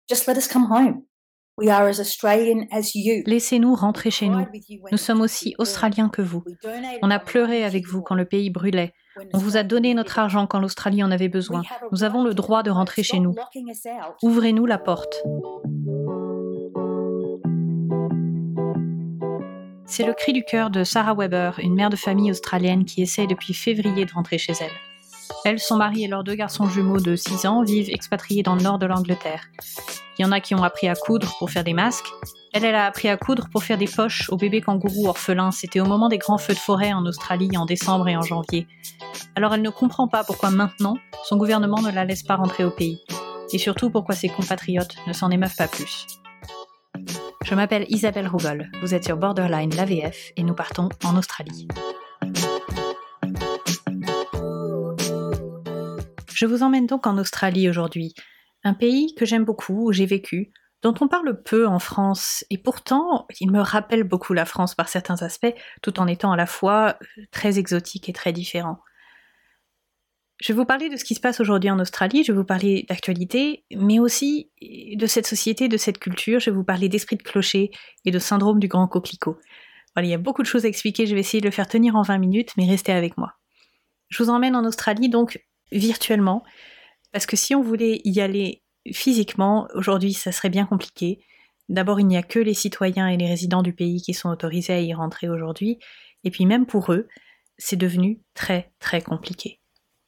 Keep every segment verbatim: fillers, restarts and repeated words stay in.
Just let us come home. We are as Australian as you. Laissez-nous rentrer chez nous. Nous sommes aussi Australiens que vous. On a pleuré avec vous quand le pays brûlait. On vous a donné notre argent quand l'Australie en avait besoin. Nous avons le droit de rentrer chez nous. Ouvrez-nous la porte. C'est le cri du cœur de Sarah Weber, une mère de famille australienne qui essaie depuis février de rentrer chez elle. Elle, son mari et leurs deux garçons jumeaux de six ans vivent expatriés dans le nord de l'Angleterre. Il y en a qui ont appris à coudre pour faire des masques. Elle, elle a appris à coudre pour faire des poches aux bébés kangourous orphelins. C'était au moment des grands feux de forêt en Australie en décembre et en janvier. Alors elle ne comprend pas pourquoi maintenant, son gouvernement ne la laisse pas rentrer au pays. Et surtout pourquoi ses compatriotes ne s'en émeuvent pas plus. Je m'appelle Isabelle Rougol. Vous êtes sur Borderline, l'A V F, et nous partons en Australie. Je vous emmène donc en Australie aujourd'hui, un pays que j'aime beaucoup, où j'ai vécu, dont on parle peu en France, et pourtant il me rappelle beaucoup la France par certains aspects, tout en étant à la fois très exotique et très différent. Je vais vous parler de ce qui se passe aujourd'hui en Australie, je vais vous parler d'actualité, mais aussi de cette société, de cette culture, je vais vous parler d'esprit de clocher et de syndrome du grand coquelicot. Voilà, il y a beaucoup de choses à expliquer, je vais essayer de le faire tenir en vingt minutes, mais restez avec moi. Je vous emmène en Australie donc virtuellement, parce que si on voulait y aller physiquement, aujourd'hui ça serait bien compliqué. D'abord, il n'y a que les citoyens et les résidents du pays qui sont autorisés à y rentrer aujourd'hui, et puis même pour eux, c'est devenu très très compliqué.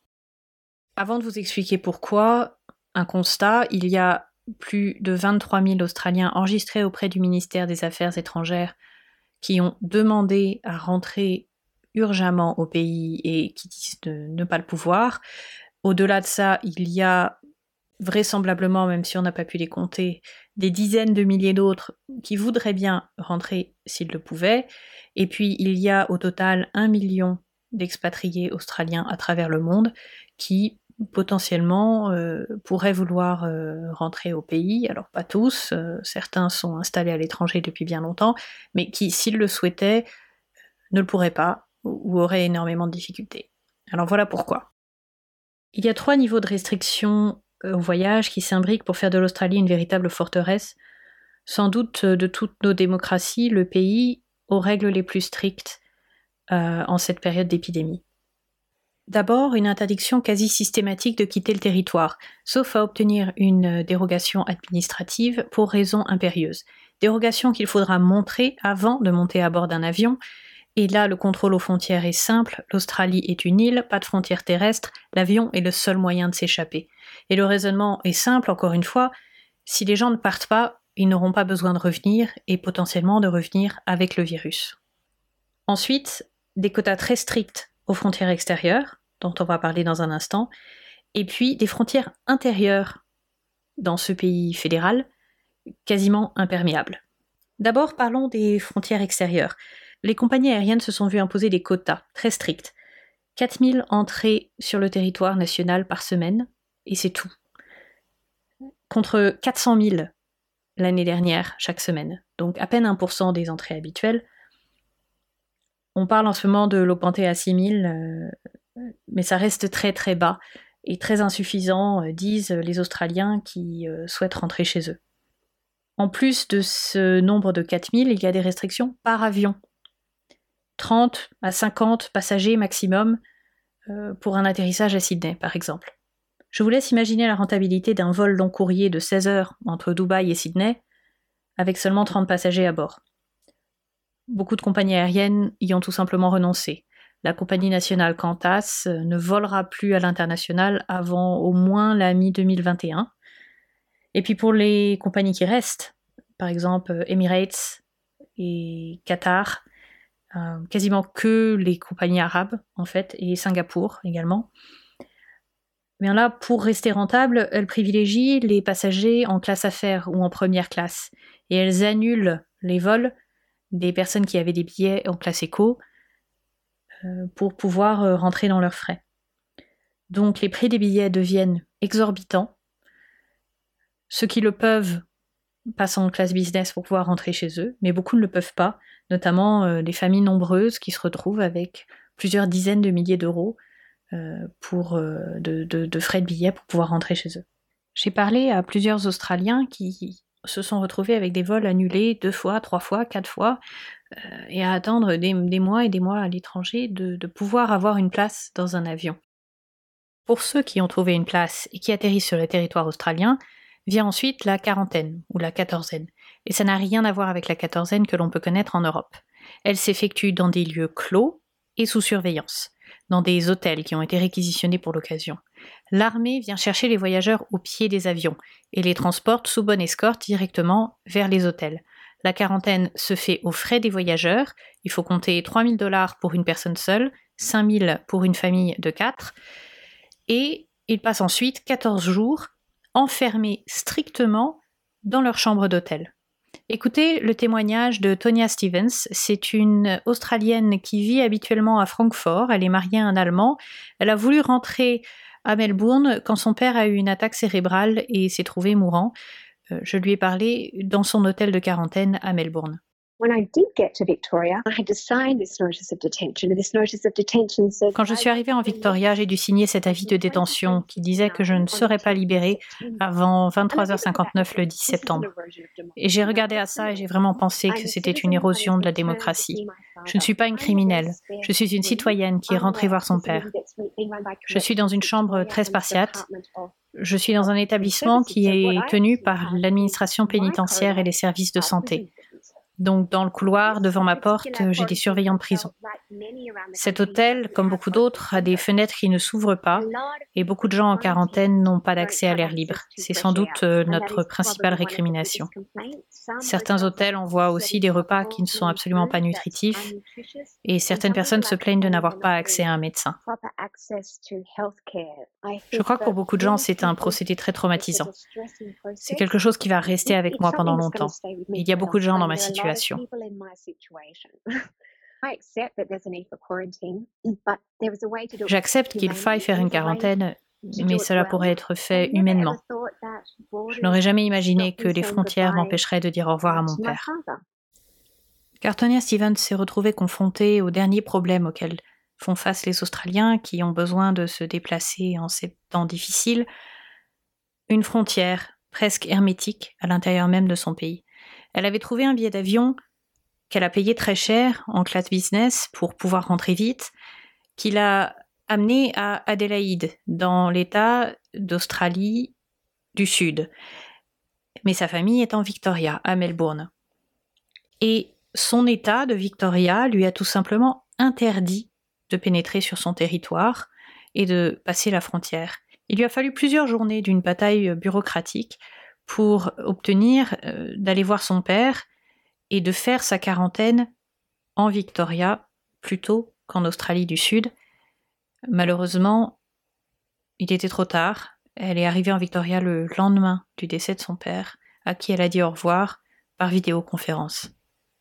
Avant de vous expliquer pourquoi, un constat, il y a plus de vingt-trois mille Australiens enregistrés auprès du ministère des Affaires étrangères qui ont demandé à rentrer urgemment au pays et qui disent de ne pas le pouvoir. Au-delà de ça, il y a vraisemblablement, même si on n'a pas pu les compter, des dizaines de milliers d'autres qui voudraient bien rentrer s'ils le pouvaient. Et puis, il y a au total un million d'expatriés australiens à travers le monde qui, potentiellement, euh, pourraient vouloir euh, rentrer au pays. Alors, pas tous, euh, certains sont installés à l'étranger depuis bien longtemps, mais qui, s'ils le souhaitaient, ne le pourraient pas ou auraient énormément de difficultés. Alors, voilà pourquoi. Il y a trois niveaux de restriction au voyage qui s'imbriquent pour faire de l'Australie une véritable forteresse. Sans doute de toutes nos démocraties, le pays aux règles les plus strictes euh, en cette période d'épidémie. D'abord, une interdiction quasi systématique de quitter le territoire, sauf à obtenir une dérogation administrative pour raison impérieuse. Dérogation qu'il faudra montrer avant de monter à bord d'un avion. Et là, le contrôle aux frontières est simple, l'Australie est une île, pas de frontières terrestres, l'avion est le seul moyen de s'échapper. Et le raisonnement est simple, encore une fois, si les gens ne partent pas, ils n'auront pas besoin de revenir, et potentiellement de revenir avec le virus. Ensuite, des quotas très stricts aux frontières extérieures, dont on va parler dans un instant, et puis des frontières intérieures dans ce pays fédéral, quasiment imperméables. D'abord, parlons des frontières extérieures. Les compagnies aériennes se sont vues imposer des quotas très stricts. quatre mille entrées sur le territoire national par semaine, et c'est tout. Contre quatre cent mille l'année dernière, chaque semaine. Donc à peine un pour cent des entrées habituelles. On parle en ce moment de l'augmenter à six mille, euh, mais ça reste très très bas et très insuffisant, euh, disent les Australiens qui euh, souhaitent rentrer chez eux. En plus de ce nombre de quatre mille, il y a des restrictions par avion. trente à cinquante passagers maximum euh, pour un atterrissage à Sydney, par exemple. Je vous laisse imaginer la rentabilité d'un vol long courrier de seize heures entre Dubaï et Sydney, avec seulement trente passagers à bord. Beaucoup de compagnies aériennes y ont tout simplement renoncé. La compagnie nationale Qantas ne volera plus à l'international avant au moins la mi-deux mille vingt et un. Et puis pour les compagnies qui restent, par exemple Emirates et Qatar, Euh, quasiment que les compagnies arabes, en fait, et Singapour également. Mais là, pour rester rentable, elles privilégient les passagers en classe affaires ou en première classe. Et elles annulent les vols des personnes qui avaient des billets en classe éco euh, pour pouvoir euh, rentrer dans leurs frais. Donc les prix des billets deviennent exorbitants. Ceux qui le peuvent passent en classe business pour pouvoir rentrer chez eux, mais beaucoup ne le peuvent pas, notamment euh, les familles nombreuses qui se retrouvent avec plusieurs dizaines de milliers d'euros euh, pour, euh, de, de, de frais de billets pour pouvoir rentrer chez eux. J'ai parlé à plusieurs Australiens qui se sont retrouvés avec des vols annulés deux fois, trois fois, quatre fois, euh, et à attendre des, des mois et des mois à l'étranger de, de pouvoir avoir une place dans un avion. Pour ceux qui ont trouvé une place et qui atterrissent sur le territoire australien, vient ensuite la quarantaine ou la quatorzaine. Et ça n'a rien à voir avec la quatorzaine que l'on peut connaître en Europe. Elle s'effectue dans des lieux clos et sous surveillance, dans des hôtels qui ont été réquisitionnés pour l'occasion. L'armée vient chercher les voyageurs au pied des avions et les transporte sous bonne escorte directement vers les hôtels. La quarantaine se fait aux frais des voyageurs. Il faut compter trois mille dollars pour une personne seule, cinq mille pour une famille de quatre. Et ils passent ensuite quatorze jours enfermés strictement dans leur chambre d'hôtel. Écoutez le témoignage de Tonya Stevens. C'est une Australienne qui vit habituellement à Francfort. Elle est mariée à un Allemand. Elle a voulu rentrer à Melbourne quand son père a eu une attaque cérébrale et s'est trouvé mourant. Je lui ai parlé dans son hôtel de quarantaine à Melbourne. When I did get to Victoria, I had to sign this notice of detention. This notice of detention said Quand je suis arrivée en Victoria, j'ai dû signer cet avis de détention qui disait que je ne serais pas libérée avant vingt-trois heures cinquante-neuf le dix septembre. Et j'ai regardé à ça et j'ai vraiment pensé que c'était une érosion de la démocratie. Je ne suis pas une criminelle, je suis une citoyenne qui est rentrée voir son père. Je suis dans une chambre très spartiate. Je suis dans un établissement qui est tenu par l'administration pénitentiaire et les services de santé. Donc, dans le couloir, devant ma porte, j'ai des surveillants de prison. Cet hôtel, comme beaucoup d'autres, a des fenêtres qui ne s'ouvrent pas et beaucoup de gens en quarantaine n'ont pas d'accès à l'air libre. C'est sans doute notre principale récrimination. Certains hôtels envoient aussi des repas qui ne sont absolument pas nutritifs et certaines personnes se plaignent de n'avoir pas accès à un médecin. Je crois que pour beaucoup de gens, c'est un procédé très traumatisant. C'est quelque chose qui va rester avec moi pendant longtemps. Il y a beaucoup de gens dans ma situation. J'accepte qu'il faille faire une quarantaine, mais cela pourrait être fait humainement. Je n'aurais jamais imaginé que les frontières m'empêcheraient de dire au revoir à mon père. Car Tonya Stevens s'est retrouvée confrontée au dernier problème auquel font face les Australiens qui ont besoin de se déplacer en ces temps difficiles, une frontière presque hermétique à l'intérieur même de son pays. Elle avait trouvé un billet d'avion qu'elle a payé très cher en classe business pour pouvoir rentrer vite, qui l'a amenée à Adélaïde, dans l'État d'Australie du Sud. Mais sa famille est en Victoria, à Melbourne. Et son État de Victoria lui a tout simplement interdit de pénétrer sur son territoire et de passer la frontière. Il lui a fallu plusieurs journées d'une bataille bureaucratique pour obtenir euh, d'aller voir son père et de faire sa quarantaine en Victoria plutôt qu'en Australie du Sud. Malheureusement, il était trop tard. Elle est arrivée en Victoria le lendemain du décès de son père, à qui elle a dit au revoir par vidéoconférence.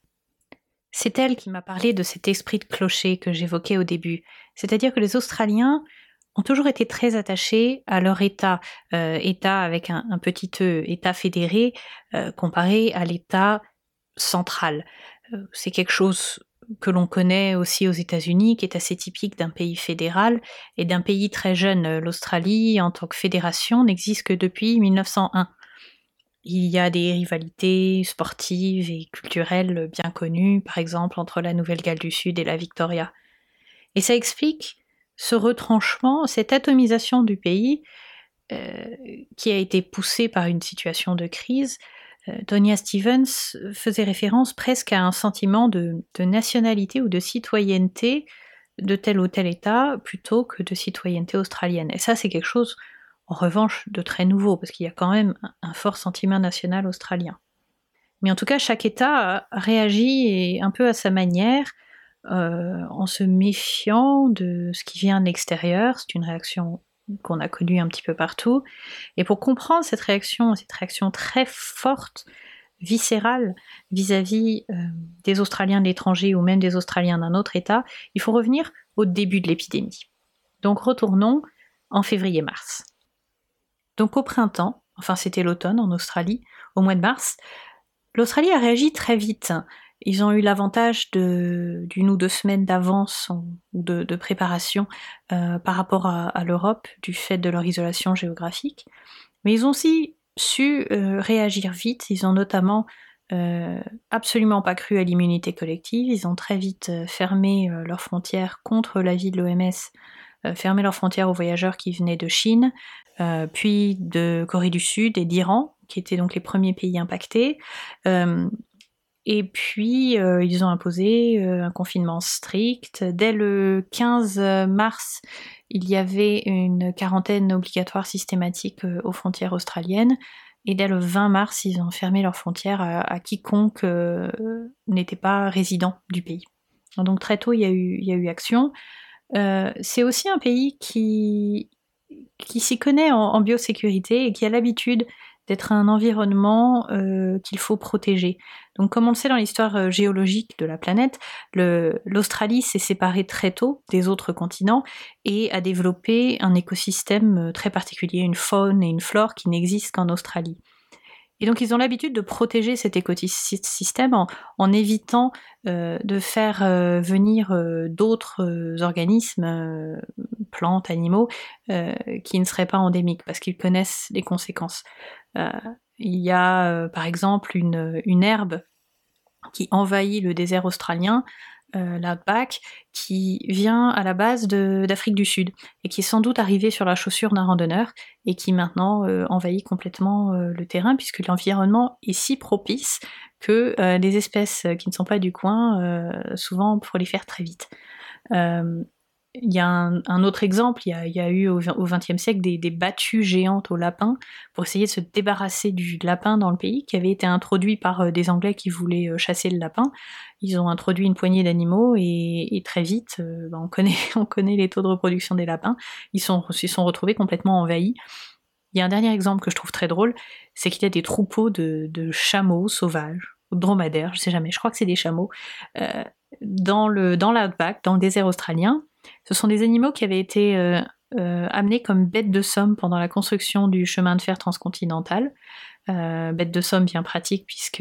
C'est elle qui m'a parlé de cet esprit de clocher que j'évoquais au début, c'est-à-dire que les Australiens ont toujours été très attachés à leur État, euh, État avec un, un petit E, État fédéré, euh, comparé à l'État central. Euh, c'est quelque chose que l'on connaît aussi aux États-Unis, qui est assez typique d'un pays fédéral et d'un pays très jeune. L'Australie, en tant que fédération, n'existe que depuis mille neuf cent un. Il y a des rivalités sportives et culturelles bien connues, par exemple entre la Nouvelle-Galles du Sud et la Victoria. Et ça explique ce retranchement, cette atomisation du pays euh, qui a été poussée par une situation de crise. Euh, Tonya Stevens faisait référence presque à un sentiment de, de nationalité ou de citoyenneté de tel ou tel État plutôt que de citoyenneté australienne. Et ça, c'est quelque chose, en revanche, de très nouveau, parce qu'il y a quand même un, un fort sentiment national australien. Mais en tout cas, chaque État a réagi et un peu à sa manière, Euh, en se méfiant de ce qui vient de l'extérieur. C'est une réaction qu'on a connue un petit peu partout. Et pour comprendre cette réaction, cette réaction très forte, viscérale, vis-à-vis euh, des Australiens de l'étranger ou même des Australiens d'un autre État, il faut revenir au début de l'épidémie. Donc retournons en février-mars. Donc au printemps, enfin c'était l'automne en Australie, au mois de mars, l'Australie a réagi très vite. Ils ont eu l'avantage de, d'une ou deux semaines d'avance ou de, de préparation euh, par rapport à, à l'Europe, du fait de leur isolation géographique. Mais ils ont aussi su euh, réagir vite. Ils ont notamment euh, absolument pas cru à l'immunité collective. Ils ont très vite euh, fermé euh, leurs frontières contre l'avis de l'O M S, euh, fermé leurs frontières aux voyageurs qui venaient de Chine, euh, puis de Corée du Sud et d'Iran, qui étaient donc les premiers pays impactés. Euh, Et puis, euh, ils ont imposé euh, un confinement strict. Dès le quinze mars, il y avait une quarantaine obligatoire systématique euh, aux frontières australiennes. Et dès le vingt mars, ils ont fermé leurs frontières à, à quiconque euh, n'était pas résident du pays. Donc très tôt, il y a eu, il y a eu action. Euh, c'est aussi un pays qui, qui s'y connaît en, en biosécurité et qui a l'habitude d'être un environnement euh, qu'il faut protéger. Donc comme on le sait dans l'histoire euh, géologique de la planète, le, l'Australie s'est séparée très tôt des autres continents et a développé un écosystème très particulier, une faune et une flore qui n'existent qu'en Australie. Et donc ils ont l'habitude de protéger cet écosystème en, en évitant euh, de faire euh, venir euh, d'autres euh, organismes, euh, plantes, animaux, euh, qui ne seraient pas endémiques, parce qu'ils connaissent les conséquences. Euh, il y a euh, par exemple une, une herbe qui envahit le désert australien, euh, l'outback, qui vient à la base de, d'Afrique du Sud et qui est sans doute arrivée sur la chaussure d'un randonneur et qui maintenant euh, envahit complètement euh, le terrain puisque l'environnement est si propice que euh, les espèces qui ne sont pas du coin euh, souvent prolifèrent très vite. Euh, Il y a un, un autre exemple, il y a, il y a eu au vingtième siècle des, des battues géantes aux lapins pour essayer de se débarrasser du lapin dans le pays, qui avait été introduit par euh, des Anglais qui voulaient euh, chasser le lapin. Ils ont introduit une poignée d'animaux et, et très vite, euh, bah on, connaît, on connaît les taux de reproduction des lapins, ils sont, ils sont retrouvés complètement envahis. Il y a un dernier exemple que je trouve très drôle, c'est qu'il y a des troupeaux de, de chameaux sauvages, ou de dromadaires, je sais jamais, je crois que c'est des chameaux, euh, dans, le, dans l'outback, dans le désert australien. Ce sont des animaux qui avaient été euh, euh, amenés comme bêtes de somme pendant la construction du chemin de fer transcontinental. Euh, bêtes de somme bien pratiques puisque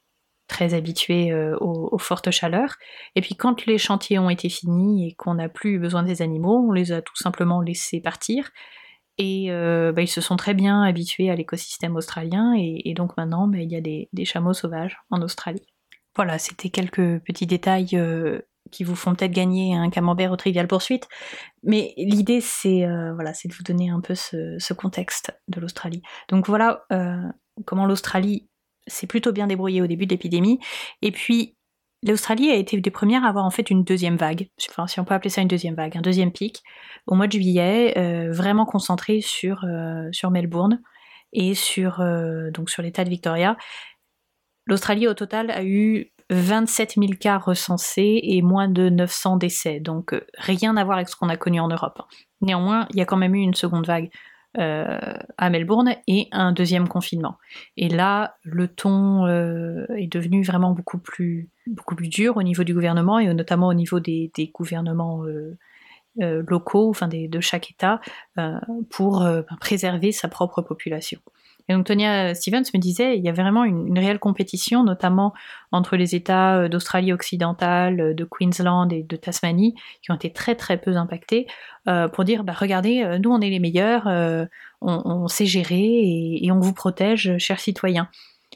très habitués euh, aux, aux fortes chaleurs. Et puis quand les chantiers ont été finis et qu'on n'a plus besoin des animaux, on les a tout simplement laissés partir. Et euh, bah, ils se sont très bien habitués à l'écosystème australien et, et donc maintenant bah, il y a des, des chameaux sauvages en Australie. Voilà, c'était quelques petits détails euh, qui vous font peut-être gagner un camembert au Trivial Poursuite, mais l'idée c'est, euh, voilà, c'est de vous donner un peu ce, ce contexte de l'Australie. Donc voilà euh, comment l'Australie s'est plutôt bien débrouillée au début de l'épidémie, et puis l'Australie a été des premières à avoir en fait une deuxième vague, enfin si on peut appeler ça une deuxième vague, un deuxième pic, au mois de juillet, euh, vraiment concentré sur, euh, sur Melbourne et sur, euh, donc sur l'État de Victoria. L'Australie, au total, a eu vingt-sept mille cas recensés et moins de neuf cents décès, donc euh, rien à voir avec ce qu'on a connu en Europe. Néanmoins, il y a quand même eu une seconde vague euh, à Melbourne et un deuxième confinement. Et là, le ton euh, est devenu vraiment beaucoup plus, beaucoup plus dur au niveau du gouvernement et notamment au niveau des, des gouvernements euh, euh, locaux, enfin des, de chaque État, euh, pour euh, préserver sa propre population. Et donc Tonya Stevens me disait, il y a vraiment une, une réelle compétition, notamment entre les États d'Australie occidentale, de Queensland et de Tasmanie, qui ont été très très peu impactés, euh, pour dire, bah, regardez, nous on est les meilleurs, euh, on, on sait gérer et, et on vous protège, chers citoyens.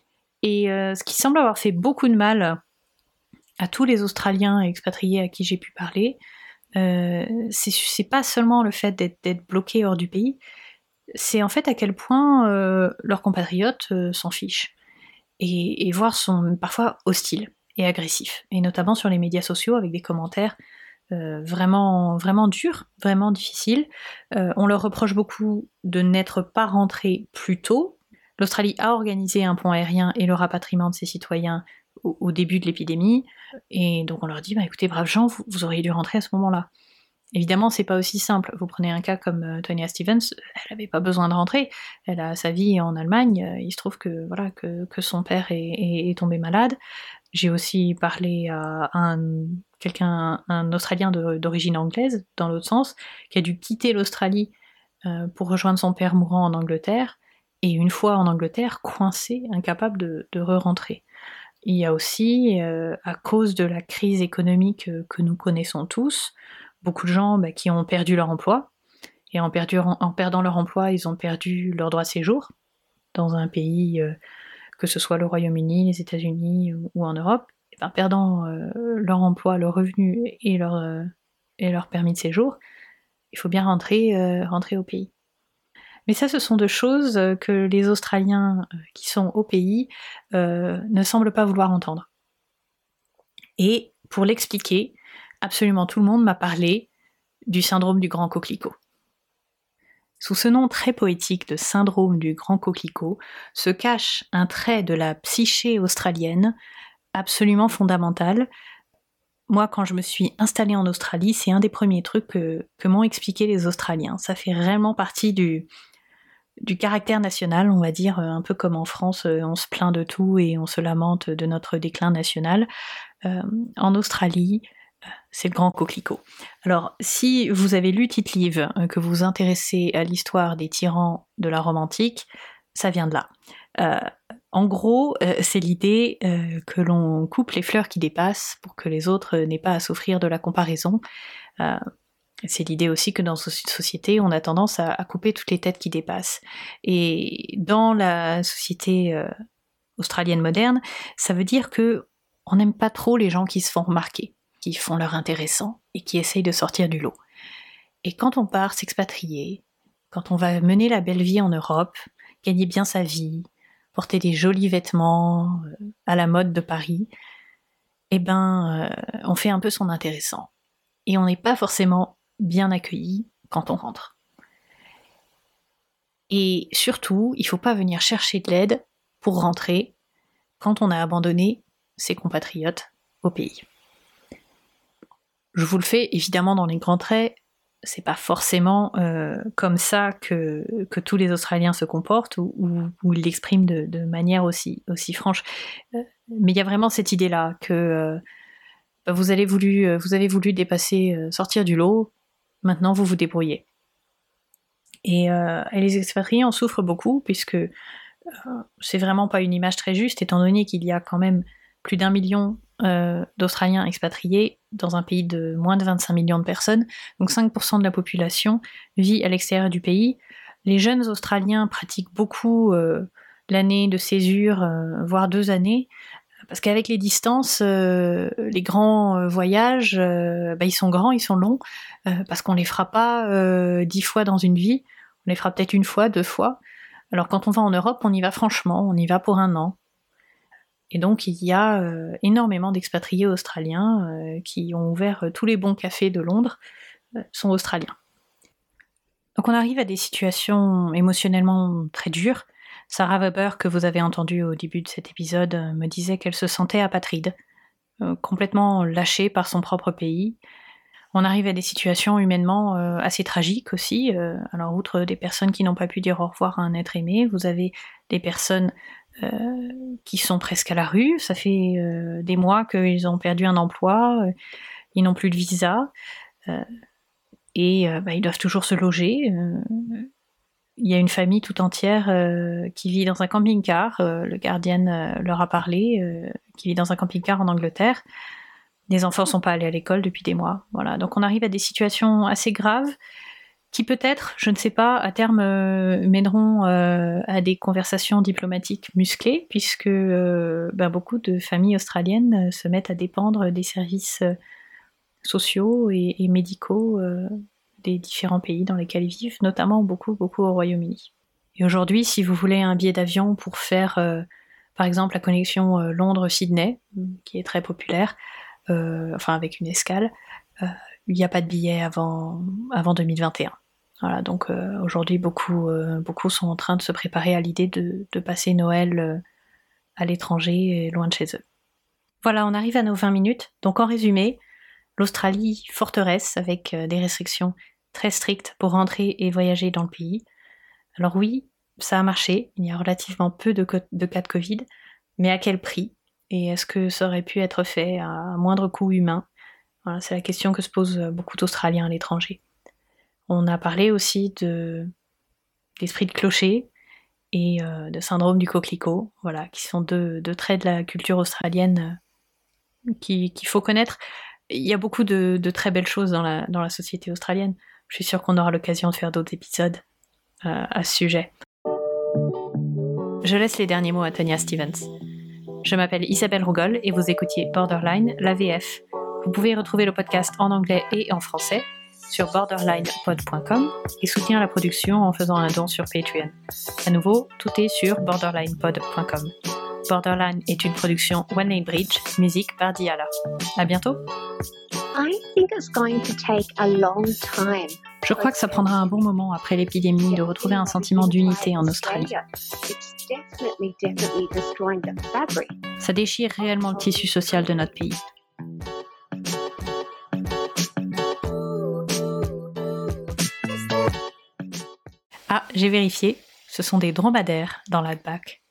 Et euh, ce qui semble avoir fait beaucoup de mal à tous les Australiens expatriés à qui j'ai pu parler, euh, c'est, c'est pas seulement le fait d'être, d'être bloqués hors du pays, c'est en fait à quel point euh, leurs compatriotes euh, s'en fichent et, et voire sont parfois hostiles et agressifs, et notamment sur les médias sociaux avec des commentaires euh, vraiment, vraiment durs, vraiment difficiles. Euh, on leur reproche beaucoup de n'être pas rentrés plus tôt. L'Australie a organisé un pont aérien et le rapatriement de ses citoyens au, au début de l'épidémie, et donc on leur dit bah, écoutez, braves gens, vous, vous auriez dû rentrer à ce moment-là. Évidemment, c'est pas aussi simple. Vous prenez un cas comme euh, Tonya Stevens, elle avait pas besoin de rentrer. Elle a sa vie en Allemagne. Il se trouve que voilà que, que son père est, est, est tombé malade. J'ai aussi parlé à un quelqu'un, un Australien de, d'origine anglaise, dans l'autre sens, qui a dû quitter l'Australie euh, pour rejoindre son père mourant en Angleterre, et une fois en Angleterre, coincé, incapable de, de re-rentrer. Il y a aussi, euh, à cause de la crise économique que nous connaissons tous, beaucoup de gens bah, qui ont perdu leur emploi Et en, perdu, en perdant leur emploi, ils ont perdu leur droit de séjour dans un pays, euh, que ce soit le Royaume-Uni, les États-Unis ou, ou en Europe. Et ben, perdant euh, leur emploi, leur revenu et leur, euh, et leur permis de séjour, il faut bien rentrer, euh, rentrer au pays. Mais ça, ce sont deux choses que les Australiens qui sont au pays euh, ne semblent pas vouloir entendre. Et pour l'expliquer, absolument tout le monde m'a parlé du syndrome du grand coquelicot. Sous ce nom très poétique de syndrome du grand coquelicot se cache un trait de la psyché australienne absolument fondamental. Moi, quand je me suis installée en Australie, c'est un des premiers trucs que, que m'ont expliqué les Australiens. Ça fait réellement partie du, du caractère national, on va dire, un peu comme en France, on se plaint de tout et on se lamente de notre déclin national. Euh, en Australie, c'est le grand coquelicot. Alors, si vous avez lu Tite-Live, que vous vous intéressez à l'histoire des tyrans de la Rome antique, ça vient de là. Euh, en gros, euh, c'est l'idée euh, que l'on coupe les fleurs qui dépassent pour que les autres n'aient pas à souffrir de la comparaison. Euh, c'est l'idée aussi que dans une société, on a tendance à, à couper toutes les têtes qui dépassent. Et dans la société euh, australienne moderne, ça veut dire que on n'aime pas trop les gens qui se font remarquer, qui font leur intéressant et qui essayent de sortir du lot. Et quand on part s'expatrier, quand on va mener la belle vie en Europe, gagner bien sa vie, porter des jolis vêtements euh, à la mode de Paris, eh ben, euh, on fait un peu son intéressant. Et on n'est pas forcément bien accueilli quand on rentre. Et surtout, il ne faut pas venir chercher de l'aide pour rentrer quand on a abandonné ses compatriotes au pays. Je vous le fais évidemment dans les grands traits, c'est pas forcément euh, comme ça que, que tous les Australiens se comportent ou, ou, ou ils l'expriment de, de manière aussi, aussi franche. Euh, mais il y a vraiment cette idée-là que euh, vous, avez voulu, vous avez voulu dépasser, euh, sortir du lot, maintenant vous vous débrouillez. Et, euh, et les expatriés en souffrent beaucoup puisque euh, c'est vraiment pas une image très juste étant donné qu'il y a quand même plus d'un million euh, d'Australiens expatriés dans un pays de moins de vingt-cinq millions de personnes, donc cinq pour cent de la population vit à l'extérieur du pays. Les jeunes Australiens pratiquent beaucoup euh, l'année de césure, euh, voire deux années, parce qu'avec les distances, euh, les grands euh, voyages, euh, bah, ils sont grands, ils sont longs, euh, parce qu'on les fera pas euh, dix fois dans une vie, on les fera peut-être une fois, deux fois. Alors quand on va en Europe, on y va franchement, on y va pour un an. Et donc il y a euh, énormément d'expatriés australiens euh, qui ont ouvert euh, tous les bons cafés de Londres, euh, sont australiens. Donc on arrive à des situations émotionnellement très dures. Sarah Weber, que vous avez entendue au début de cet épisode, euh, me disait qu'elle se sentait apatride, euh, complètement lâchée par son propre pays. On arrive à des situations humainement euh, assez tragiques aussi. Euh, alors outre des personnes qui n'ont pas pu dire au revoir à un être aimé, vous avez des personnes Euh, qui sont presque à la rue, ça fait euh, des mois qu'ils ont perdu un emploi, euh, ils n'ont plus de visa, euh, et euh, bah, ils doivent toujours se loger. Euh, il y a une famille tout entière euh, qui vit dans un camping-car, euh, le Guardian euh, leur a parlé, euh, qui vit dans un camping-car en Angleterre. Les enfants ne sont pas allés à l'école depuis des mois. Voilà. Donc on arrive à des situations assez graves, qui peut-être, je ne sais pas, à terme euh, mèneront euh, à des conversations diplomatiques musclées, puisque euh, ben, beaucoup de familles australiennes euh, se mettent à dépendre des services euh, sociaux et, et médicaux euh, des différents pays dans lesquels ils vivent, notamment beaucoup, beaucoup au Royaume-Uni. Et aujourd'hui, si vous voulez un billet d'avion pour faire, euh, par exemple, la connexion euh, Londres-Sydney, qui est très populaire, euh, enfin avec une escale, euh, il n'y a pas de billet avant, avant deux mille vingt et un. Voilà, donc euh, aujourd'hui, beaucoup, euh, beaucoup sont en train de se préparer à l'idée de, de passer Noël euh, à l'étranger et loin de chez eux. Voilà, on arrive à nos vingt minutes. Donc en résumé, l'Australie, forteresse avec euh, des restrictions très strictes pour rentrer et voyager dans le pays. Alors oui, ça a marché, il y a relativement peu de, co- de cas de Covid, mais à quel prix ? Et est-ce que ça aurait pu être fait à un moindre coût humain ? Voilà, c'est la question que se posent beaucoup d'Australiens à l'étranger. On a parlé aussi de, d'esprit de clocher et euh, de syndrome du coquelicot, voilà, qui sont deux, deux traits de la culture australienne euh, qui, qu'il faut connaître. Il y a beaucoup de, de très belles choses dans la, dans la société australienne. Je suis sûre qu'on aura l'occasion de faire d'autres épisodes euh, à ce sujet. Je laisse les derniers mots à Tonya Stevens. Je m'appelle Isabelle Rougol et vous écoutiez Borderline, la V F. Vous pouvez retrouver le podcast en anglais et en français sur borderline pod point com et soutenir la production en faisant un don sur Patreon. À nouveau, tout est sur borderline pod point com. Borderline est une production One Lane Bridge, musique par Diala. À bientôt. I think it's going to take a long time. Je crois que ça prendra un bon moment après l'épidémie de retrouver un sentiment d'unité en Australie. Ça déchire réellement le tissu social de notre pays. Ah, j'ai vérifié, ce sont des dromadaires dans l'outback.